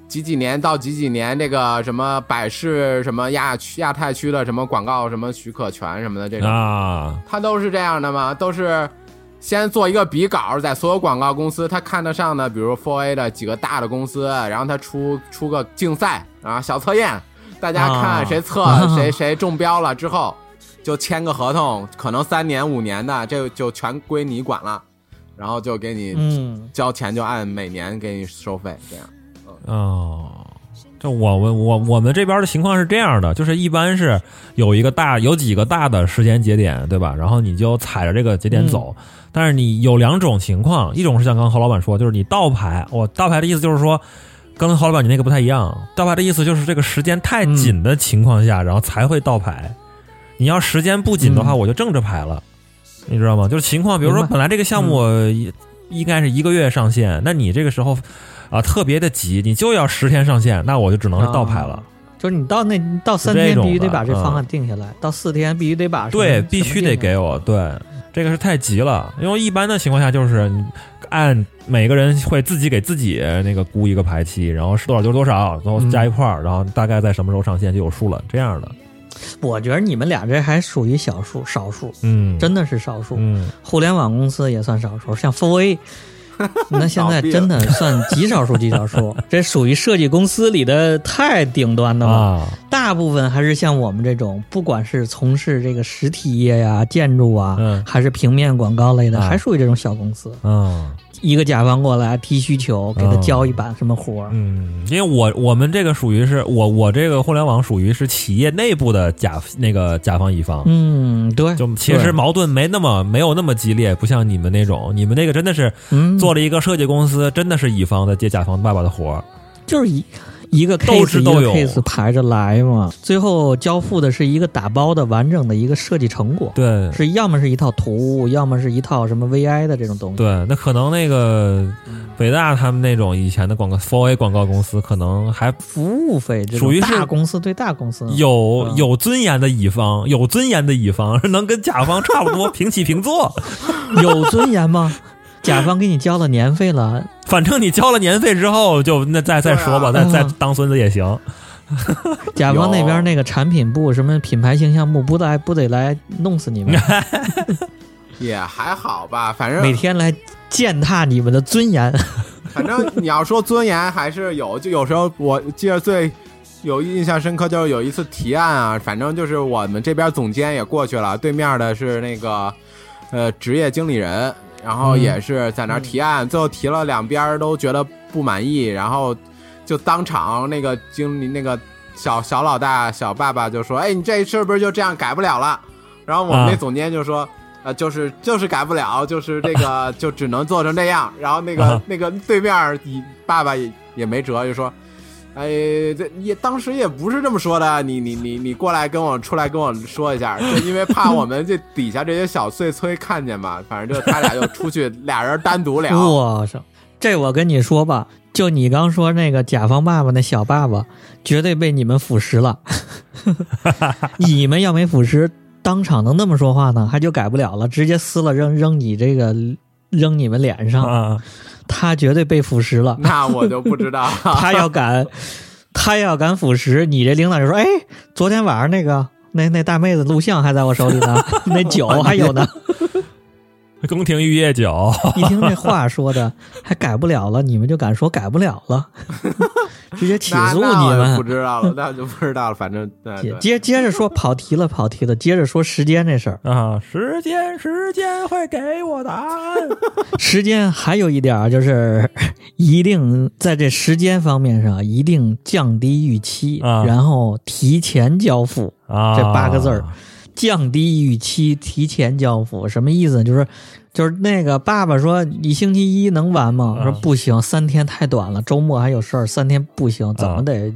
几年到几年这个什么百事什么亚太区的什么广告什么许可权什么的这种啊， 他都是这样的吗？都是先做一个比稿，在所有广告公司他看得上的，比如 4A 的几个大的公司，然后他出个竞赛啊，小测验，大家看谁测谁中标了之后，就签个合同，可能3年5年的，这就全归你管了，然后就给你交钱，就按每年给你收费，这样。 哦，就我们这边的情况是这样的，就是一般是有几个大的时间节点，对吧？然后你就踩着这个节点走。但是你有2种情况，一种是像刚刚侯老板说，就是你倒排。倒排的意思就是说，跟侯老板你那个不太一样。倒排的意思就是这个时间太紧的情况下，然后才会倒排。你要时间不紧的话，我就正着排了，你知道吗？就是情况，比如说本来这个项目应该是1个月上线，那你这个时候特别的急，你就要10天上线，那我就只能是倒排了。 就是你到3天必须得把这方案定下来，到4天必须得把对，必须得给我对。这个是太急了，因为一般的情况下就是你按每个人会自己给自己那个估一个排期，然后是多少就是多少，然后加一块儿，然后大概在什么时候上线就有数了，这样的。 我觉得你们俩这还属于少数，真的是少数。互联网公司也算少数，像 4A 那现在真的算极少数，这属于设计公司里的太顶端的了。大部分还是像我们这种，不管是从事这个实体业呀、建筑啊，还是平面广告类的，还属于这种小公司。一个甲方过来提需求，给他交一版什么活因为我们这个属于是我这个互联网属于是企业内部的甲方乙方。 对， 就其实矛盾没有那么激烈，不像你们那种，你们那个真的是做了一个设计公司，真的是乙方在接甲方爸爸的活， 就是一个 case 一个 case 排着来嘛，最后交付的是一个打包的完整的一个设计成果。 对， 是要么是一套图，要么是一套什么 VI 的这种东西。 对，那可能那个北大他们那种以前的4A 广告公司，可能还服务费， 属于是大公司对大公司有尊严的乙方，能跟甲方差不多平起平坐。 有尊严吗？甲方给你交了年费了， 反正你交了年费之后，就那再说吧，再当孙子也行。 甲方那边那个产品部什么品牌形象部不得来弄死你们？ 也还好吧，反正每天来践踏你们的尊严。 反正你要说尊严还是有，就有时候我记得最有印象深刻就是有一次提案啊，反正就是我们这边总监也过去了，对面的是那个职业经理人。然后也是在那儿提案，最后提了2边都觉得不满意，然后就当场那个经理那个小老大小爸爸就说：“哎，你这是不是就这样改不了了？”然后我们那总监就说：“就是改不了，就是这个就只能做成这样。”然后那个对面爸爸也没辙，就说：“哎，这也当时也不是这么说的，你过来出来跟我说一下，就因为怕我们这底下这些小碎催看见嘛，反正就他俩就出去俩人单独聊。 我操，这我跟你说吧，就你刚说那个甲方爸爸那小爸爸，绝对被你们腐蚀了。你们要没腐蚀，当场能那么说话呢，他就改不了了，直接撕了扔你们脸上。他绝对被腐蚀了， 那我就不知道。 他要敢腐蚀你，这领导就说：“哎，昨天晚上那大妹子录像还在我手里呢，那酒还有呢。” 宫廷玉液酒， 一听这话说的，还改不了了，你们就敢说改不了了，直接起诉你们。 不知道了，那就不知道了。反正接着说跑题了，接着说时间这事儿啊，时间会给我答案。 时间还有一点就是一定在这时间方面上一定降低预期，然后提前交付这8个字儿。降低预期，提前交付，什么意思？就是那个爸爸说你星期一能完吗？说不行，3天太短了，周末还有事儿，3天不行，怎么得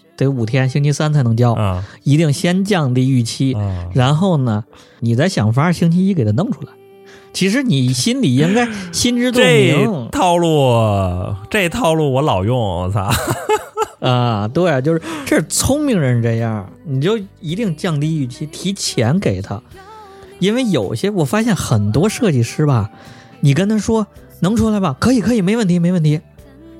5天，星期3才能交。一定先降低预期，然后呢，你再想法星期一给他弄出来。其实你心里应该心知肚明。 这套路我老用，我操。 对，就是这是聪明人这样，你就一定降低预期，提前给他。因为有些我发现很多设计师吧，你跟他说能出来吧，可以，没问题。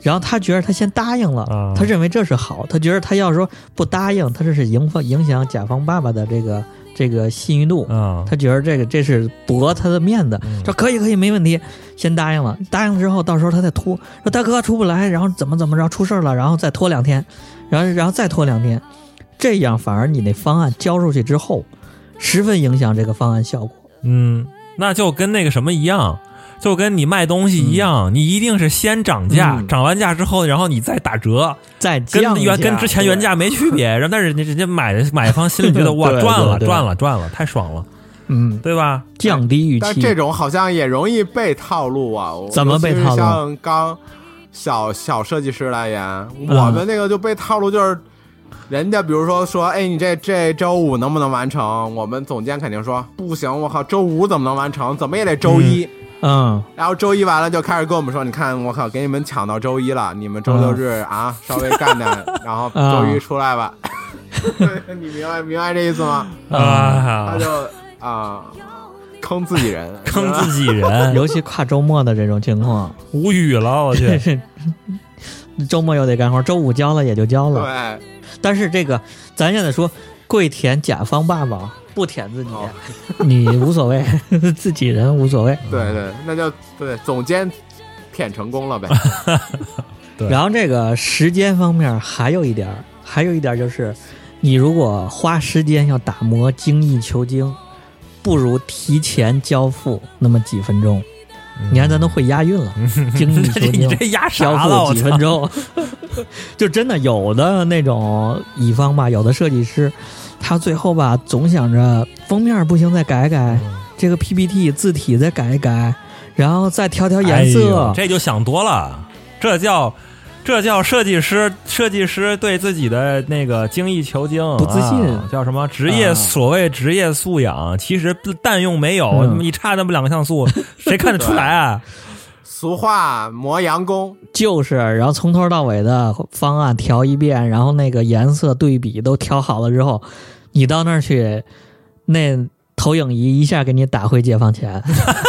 然后他觉得他先答应了，他认为这是好，他觉得他要说不答应，他这是影响甲方爸爸的这个信誉度，他觉得这是驳他的面子，说可以没问题，先答应了，答应了之后到时候他再拖，说大哥出不来，然后怎么着出事了，然后再拖2天，然后再拖2天，这样反而你那方案交出去之后，十分影响这个方案效果。 那就跟那个什么一样。就跟你卖东西一样，你一定是先涨价，涨完价之后，然后你再打折， 再降价， 跟之前原价没区别。但是人家买方心里觉得哇，赚了，太爽了，对吧？ 降低预期。 但这种好像也容易被套路啊！ 怎么被套路？ 像刚小设计师来言，我们那个就被套路，就是人家比如说，哎，你这周5能不能完成？我们总监肯定说不行，我靠，周5怎么能完成？怎么也得周1。然后周1完了就开始跟我们说，你看我靠，给你们抢到周1了，你们周6日稍微干点，然后周1出来吧。你明白这意思吗？他就坑自己人， 尤其跨周末的这种情况， 无语了，我去。 周末又得干活，周5交了也就交了。 对， 但是这个咱现在说，跪舔甲方爸爸。不舔自己，你无所谓，自己人无所谓。 对，那就对，总监舔成功了呗。 然后这个时间方面还有一点就是，你如果花时间要打磨精益求精，不如提前交付那么几分钟。你看咱都会押韵了，精益求精， 你这押啥了？ 交付几分钟，就真的有的那种乙方吧，有的设计师。他最后吧，总想着封面不行再改改，这个 PPT 字体再改一改，然后再调颜色， 这就想多了。这叫设计师对自己的那个精益求精不自信， 叫什么所谓职业素养，其实但用没有，你差那么2个像素，谁看得出来啊？ 俗话磨洋工就是，然后从头到尾的方案调一遍，然后那个颜色对比都调好了之后，你到那儿去，那投影仪一下给你打回解放前，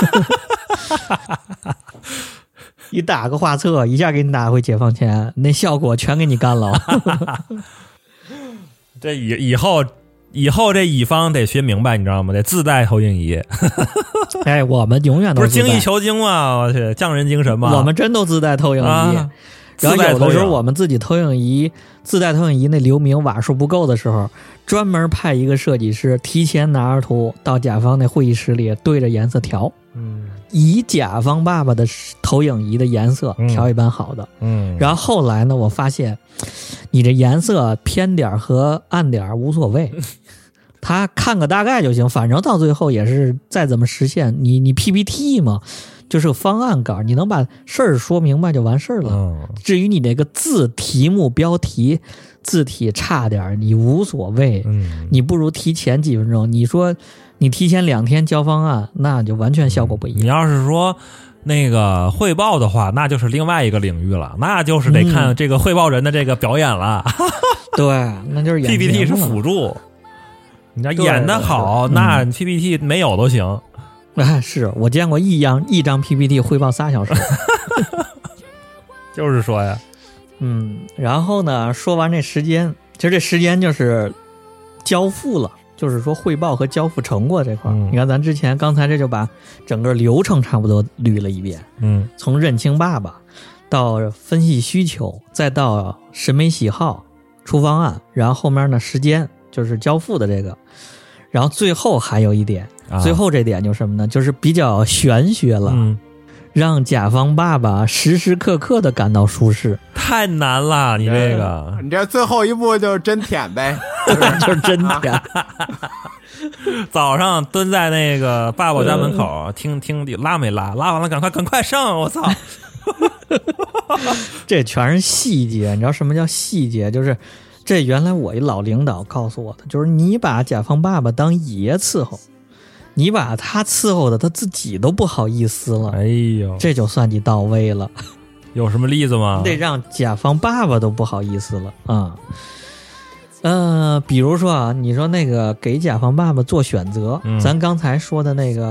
一打个画册一下给你打回解放前，那效果全给你干了。 这以后这乙方得学明白，你知道吗？得自带投影仪。 哎，我们永远都不是精益求精吗？我去，匠人精神吗？ 我们真都自带投影仪。然后有的时候我们自己自带投影仪那流明瓦数不够的时候，专门派一个设计师提前拿着图到甲方那会议室里对着颜色调，以甲方爸爸的投影仪的颜色调一般好的。然后后来呢，我发现你这颜色偏点和暗点无所谓。他看个大概就行，反正到最后也是再怎么实现，你 PPT 嘛，就是个方案稿，你能把事儿说明白就完事儿了。至于你那个题目标题字体差点，你无所谓，你不如提前几分钟。你说你提前2天交方案，那就完全效果不一样。 你要是说那个汇报的话，那就是另外一个领域了，那就是得看这个汇报人的这个表演了。 对，那就是演 PPT 是辅助。你要演得好，那 PPT 没有都行。 是我见过一张 PPT 汇报3小时。 就是说呀， 然后呢，说完这时间，其实这时间就是交付了，就是说汇报和交付成果这块。你看咱刚才这就把整个流程差不多捋了一遍。从认清爸爸到分析需求，再到审美喜好出方案，然后后面呢时间就是交付的这个，然后最后还有一点，最后这点就是什么呢？就是比较玄学了，让甲方爸爸时时刻刻的感到舒适， 太难了。你这个， 你这最后一步就是真舔呗， 就是真舔。 早上蹲在那个爸爸家门口，听拉没拉，拉完了赶快上，我操！ 这全是细节，你知道什么叫细节？就是这原来我一老领导告诉我的，就是你把甲方爸爸当爷伺候，你把他伺候的他自己都不好意思了， 哎呦， 这就算你到位了。 有什么例子吗？ 得让甲方爸爸都不好意思了啊。比如说啊，你说那个给甲方爸爸做选择，咱刚才说的那个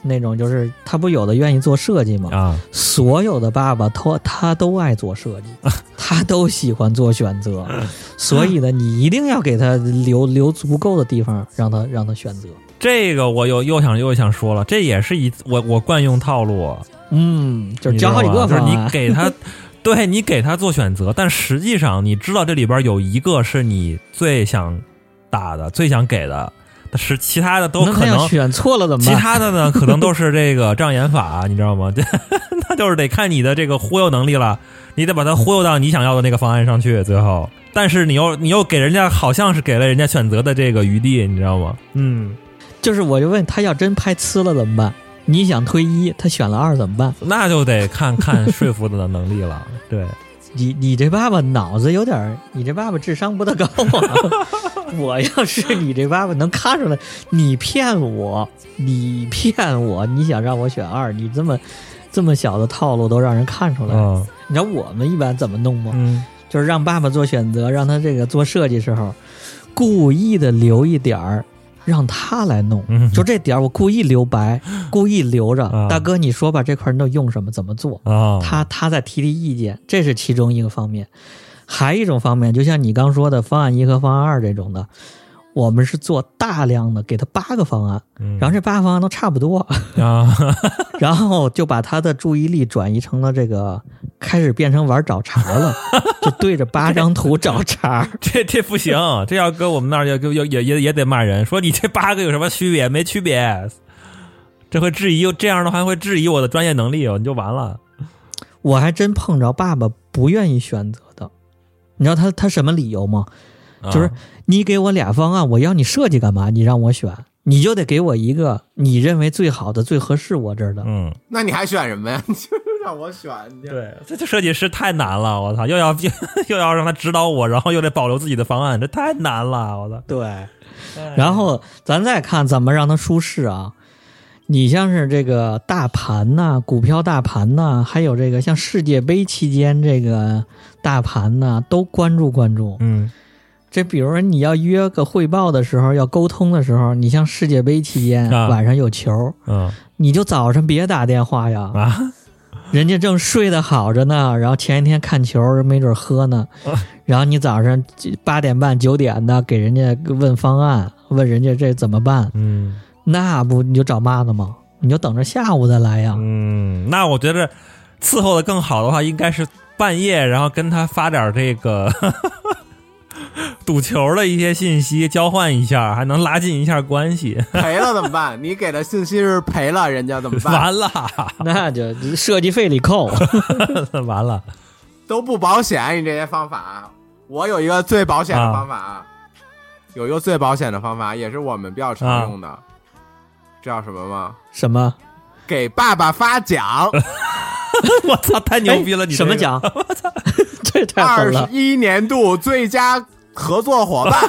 那种，就是他不有的愿意做设计吗？ 啊， 所有的爸爸他都爱做设计，他都喜欢做选择，所以呢，你一定要给他留足够的地方让他选择。 这个我又想说了，这也是我惯用套路。 就是教好几个方案， 就是你给他对你给他做选择，但实际上你知道这里边有一个是你最想打的、最想给的，是其他的都可能选错了怎么办？ 其他的呢，可能都是这个障眼法，你知道吗？那就是得看你的这个忽悠能力了，你得把他忽悠到你想要的那个方案上去，最后，但是你又给人家好像是给了人家选择的这个余地，你知道吗？ 就是我就问他，要真拍呲了怎么办？你想推1，他选了2怎么办？ 那就得看说服的能力了。对， 你这爸爸脑子有点，你这爸爸智商不太高啊！我要是你这爸爸能看出来，你骗我，你想让我选2，你这么小的套路都让人看出来。你知道我们一般怎么弄吗？就是让爸爸做选择，让他这个做设计时候，故意的留一点儿。让他来弄，就这点我故意留白，故意留着。大哥，你说吧，这块都用什么，怎么做？他再提意见，这是其中一个方面。还有一种方面，就像你刚说的方案1和方案2这种的，我们是做大量的，给他8个方案，然后这8个方案都差不多然后就把他的注意力转移成了这个，开始变成玩找茬了，就对着8张图找茬。 这不行，这要搁我们那儿也得骂人，说你这8个有什么区别？没区别，这会质疑，这样的话会质疑我的专业能力，你就完了。 我还真碰着爸爸不愿意选择的，你知道他什么理由吗？就是你给我2方案，我要你设计干嘛？你让我选，你就得给我一个你认为最好的、最合适我这儿的。 那你还选什么呀？就让我选。 对，这设计师太难了，我操！又要让他指导我，然后又得保留自己的方案，这太难了，我操！ 对，然后咱再看怎么让他舒适啊。你像是这个大盘呐、股票大盘呐，还有这个像世界杯期间这个大盘呐，都关注。这比如说你要约个汇报的时候，要沟通的时候，你像世界杯期间晚上有球，你就早上别打电话呀，人家正睡得好着呢，然后前一天看球没准喝呢，然后你早上8点半9点的给人家问方案，问人家这怎么办，那不你就找骂的吗？你就等着下午再来呀。 那我觉得伺候的更好的话，应该是半夜，然后跟他发点这个赌球的一些信息交换一下，还能拉近一下关系。 赔了怎么办？你给的信息是赔了，人家怎么办？ 完了， 那就设计费里扣。 完了， 都不保险。你这些方法，我有一个最保险的方法，有一个最保险的方法，也是我们比较常用的，知道什么吗？ 什么？ 给爸爸发奖。 我操，太牛逼了！你什么奖？我操，这太狠了 ！21年度最佳合作伙伴，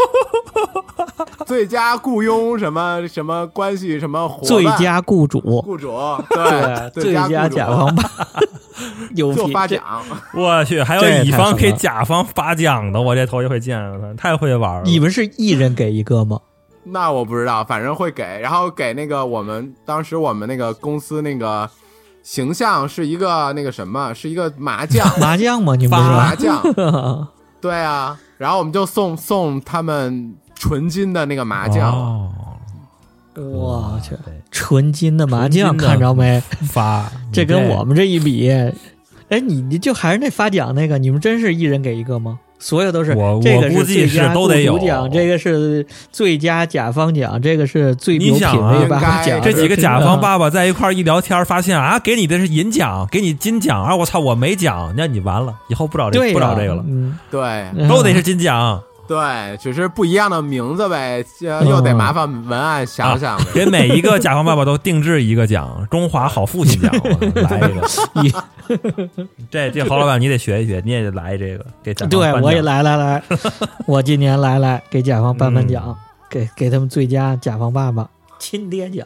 最佳雇佣什么什么关系什么伙伴， 最佳雇主， 对， 最佳甲方爸， 就发奖。 我去，还有乙方给甲方发奖的，我这头一回见了，太会玩了。 你们是一人给一个吗？ 那我不知道，反正会给，然后给那个当时我们那个公司那个形象是一个那个什么，是一个麻将吗？你们发麻将？对啊，然后我们就送他们纯金的那个麻将。 我去，纯金的麻将看着没？ 发， 这跟我们这一比，哎，你就还是那发奖那个，你们真是一人给一个吗？所有都是，这个是最佳雇主奖，这个是最佳甲方奖，这个是最有品位爸爸奖。 这几个甲方爸爸在一块一聊天，发现啊，给你的是银奖，给你金奖啊！我操，我没奖，那你完了，以后不找这个了。 对， 都得是金奖。 对，只是不一样的名字呗，又得麻烦文案想想呗。 给每一个甲方爸爸都定制一个奖，中华好父亲奖，来一个。这侯老板你得学一学，你也得来这个给甲方颁奖。 对，我也来，我今年来给甲方颁奖，给他们最佳甲方爸爸亲爹奖。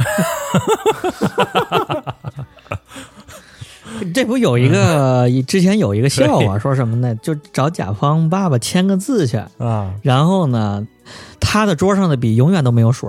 这不有一个之前有一个笑话，说什么呢？就找甲方爸爸签个字去啊，然后呢，他的桌上的笔永远都没有水，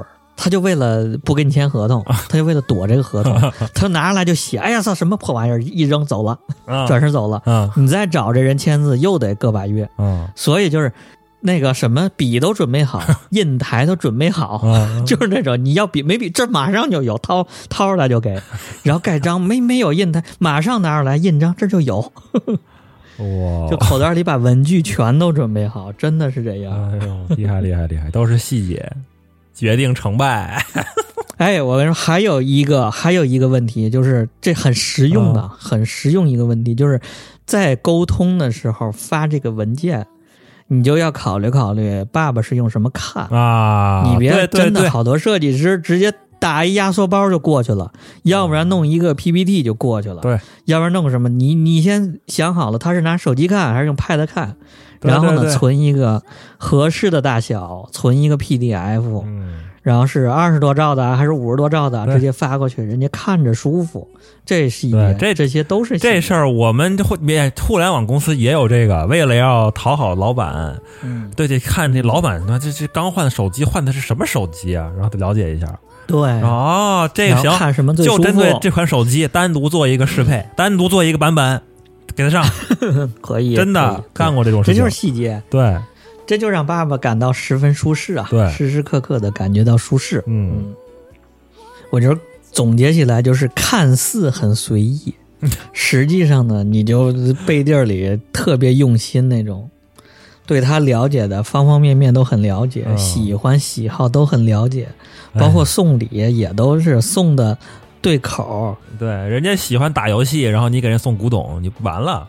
他就为了不跟你签合同，他就为了躲这个合同，他就拿上来就写，哎呀操，什么破玩意儿，一扔走了，转身走了，你再找这人签字又得个把月，所以就是那个什么笔都准备好，印台都准备好，就是那种你要笔没笔，这马上就有，掏出来就给，然后盖章没有印台，马上拿出来印章，这就有。 哇！ 就口袋里把文具全都准备好，真的是这样。 哎呦，厉害厉害厉害，都是细节决定成败。 哎，我跟你说，还有一个问题，就是这很实用的，很实用一个问题，就是在沟通的时候发这个文件，你就要考虑考虑，爸爸是用什么看啊？ 你别真的对好多设计师直接打一压缩包就过去了，要不然弄一个 PPT 就过去了， 对， 要不然弄什么？你先想好了，他是拿手机看还是用 Pad 看，然后呢，存一个合适的大小，存一个 PDF，然后是20多兆的还是50多兆的，直接发过去，人家看着舒服。这是一点，这些都是这事儿。我们互联网公司也有这个，为了要讨好老板，对，得看这老板这刚换的手机换的是什么手机啊，然后得了解一下。 对哦，这个行， 看什么最舒服， 就针对这款手机单独做一个适配，单独做一个版本，给他上， 可以， 真的干过这种事情， 这就是细节， 对， 这就让爸爸感到十分舒适啊， 对， 时时刻刻的感觉到舒适。我觉得总结起来就是看似很随意，实际上呢，你就背地里特别用心那种。对他了解的方方面面都很了解，喜欢喜好都很了解，包括送礼也都是送的对口。 对，人家喜欢打游戏，然后你给人送古董，你完了。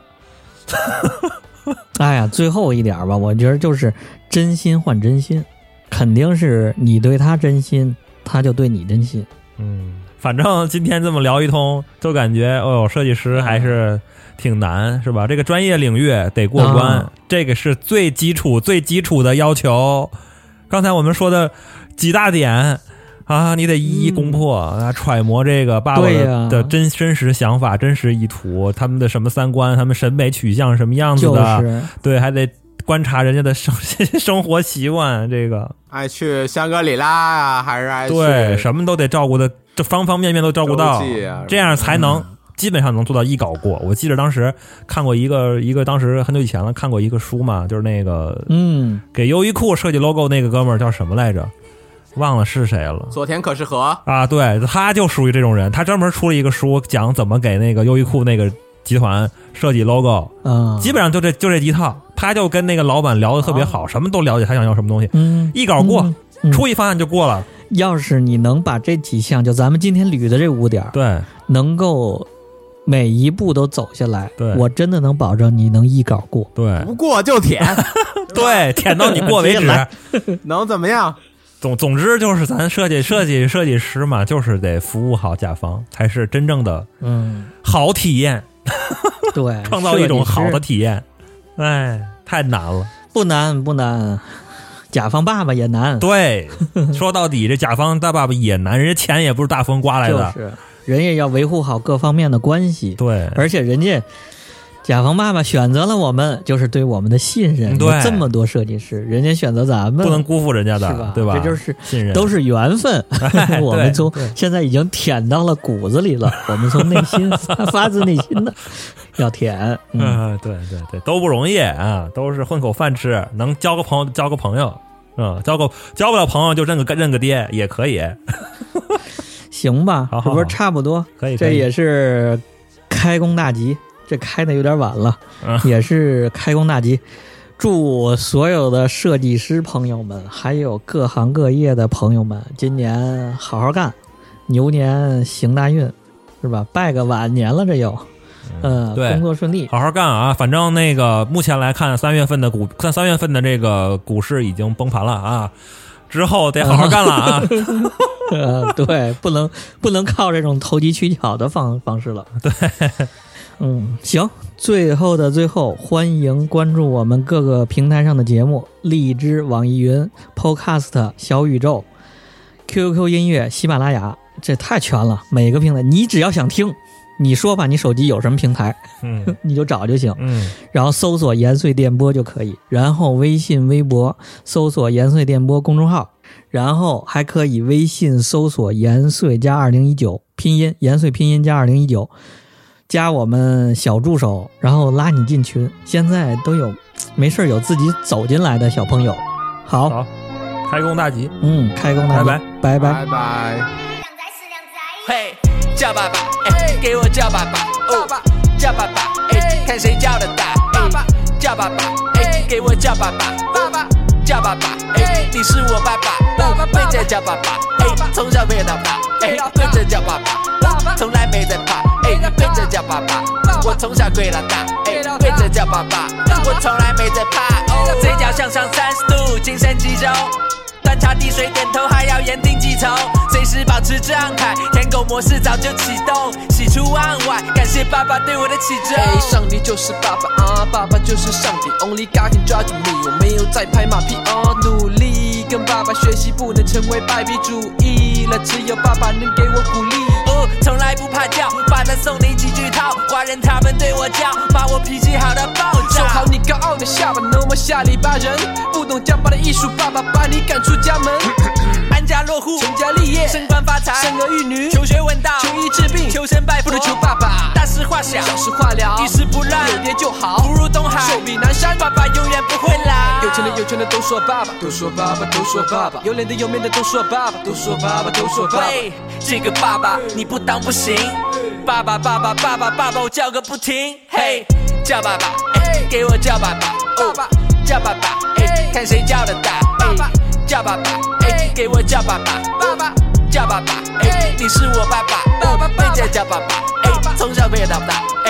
哎呀，最后一点吧，我觉得就是真心换真心，肯定是你对他真心，他就对你真心。 反正今天这么聊一通，就感觉设计师还是挺难，是吧？这个专业领域得过关，这个是最基础的要求。刚才我们说的几大点啊，你得一一攻破啊，揣摩这个爸爸的真实想法、真实意图，他们的什么三观，他们审美取向什么样子的，对，还得观察人家的生活习惯，这个爱去香格里拉啊，还是爱去， 对，什么都得照顾的，这方方面面都照顾到，这样才能基本上能做到一稿过。我记得当时看过一个当时很久以前了，看过一个书嘛，就是那个给优衣库设计 logo 那个哥们儿叫什么来着？忘了是谁了。 佐田可士和啊，对，他就属于这种人，他专门出了一个书，讲怎么给那个优衣库那个集团设计 logo，基本上就这一套。他就跟那个老板聊得特别好，什么都了解，他想要什么东西，一稿过，出一方案就过了。 要是你能把这几项，就咱们今天捋的这5点， 对， 能够每一步都走下来， 对， 我真的能保证你能一稿过。 对， 不过就舔， 对，舔到你过为止， 能怎么样？ 总之就是咱设计师嘛，就是得服务好甲方，才是真正的好体验。 对， 创造一种好的体验。哎，太难了。 不难，甲方爸爸也难。 对，说到底这甲方大爸爸也难，人家钱也不是大风刮来的， 就是人也要维护好各方面的关系。 对， 而且人家甲方爸爸选择了我们，就是对我们的信任。 对， 这么多设计师，人家选择咱们， 不能辜负人家的， 是吧？ 对吧？ 这就是信任， 都是缘分。我们从现在已经舔到了骨子里了，我们从内心发自内心的要舔。 对，都不容易啊，都是混口饭吃，能交个朋友交个朋友，交不了朋友就认个爹也可以。 行吧， 好， 是不是差不多？ 可以， 这也是开工大吉。这开的有点晚了，也是开工大吉。祝所有的设计师朋友们，还有各行各业的朋友们，今年好好干，牛年行大运，是吧？拜个晚年了，这又， 对， 工作顺利， 好好干啊！反正那个目前来看，3月份的这个股市已经崩盘了啊，之后得好好干了啊。 对，不能靠这种投机取巧的方式了。 对。 行，最后的最后，欢迎关注我们各个平台上的节目：荔枝、网易云、Podcast、小宇宙、QQ 音乐、喜马拉雅，这太全了。每个平台，你只要想听，你说吧，你手机有什么平台，你就找就行。然后搜索"延绥电波"就可以，然后微信、微博搜索"延绥电波"公众号。 然后还可以微信搜索延绥加2019拼音，延绥拼音加2019，加我们小助手，然后拉你进群。现在都有没事有自己走进来的小朋友。好， 开工大吉， 开工大吉，拜拜拜拜。 嘿，叫爸爸，给我叫爸爸，爸爸叫爸爸，看谁叫得大，爸爸叫爸爸，给我叫爸爸，爸爸叫爸爸，你是我爸爸，跪着叫爸爸，从小背到大，跪着叫爸爸，从来没在怕，跪着叫爸爸，我从小跪到大，跪着叫爸爸，我从来没在怕，嘴角向上30度，精神集中。端茶递水点头，还要言听计从，随时保持状态，舔狗模式早就启动，喜出望外，感谢爸爸对我的启重。上帝就是爸爸啊，爸爸就是上帝 ，Only God can judge me， 我没有在拍马屁哦，努力跟爸爸学习，不能成为败笔主义了，只有爸爸能给我鼓励。从来不怕叫，爸爸送你几句套，华人他们对我叫，骂我脾气好到爆炸。收好你高傲的下巴 ，No more 下里巴人，不懂讲话的艺术，爸爸把你赶出家门。安家落户，成家立业，升官发财，生儿育女，求学问道，求医治病，求神拜佛，不如求爸爸。大事化小，小事化了，一事不乱，有爹就好，不如东海，寿比南山，爸爸永远不会老。有钱的都说爸爸，都说爸爸，都说爸爸，有脸的有面的都说爸爸，都说爸爸，都说爸爸。喂，这个爸爸你不当不行，爸爸爸爸爸爸爸爸我叫个不停，嘿，叫爸爸，给我叫爸爸，爸爸叫爸爸，看谁叫得大，爸爸叫爸爸，给我叫爸爸，爸爸叫爸爸，你是我爸爸，跪着叫爸爸，从小背到大。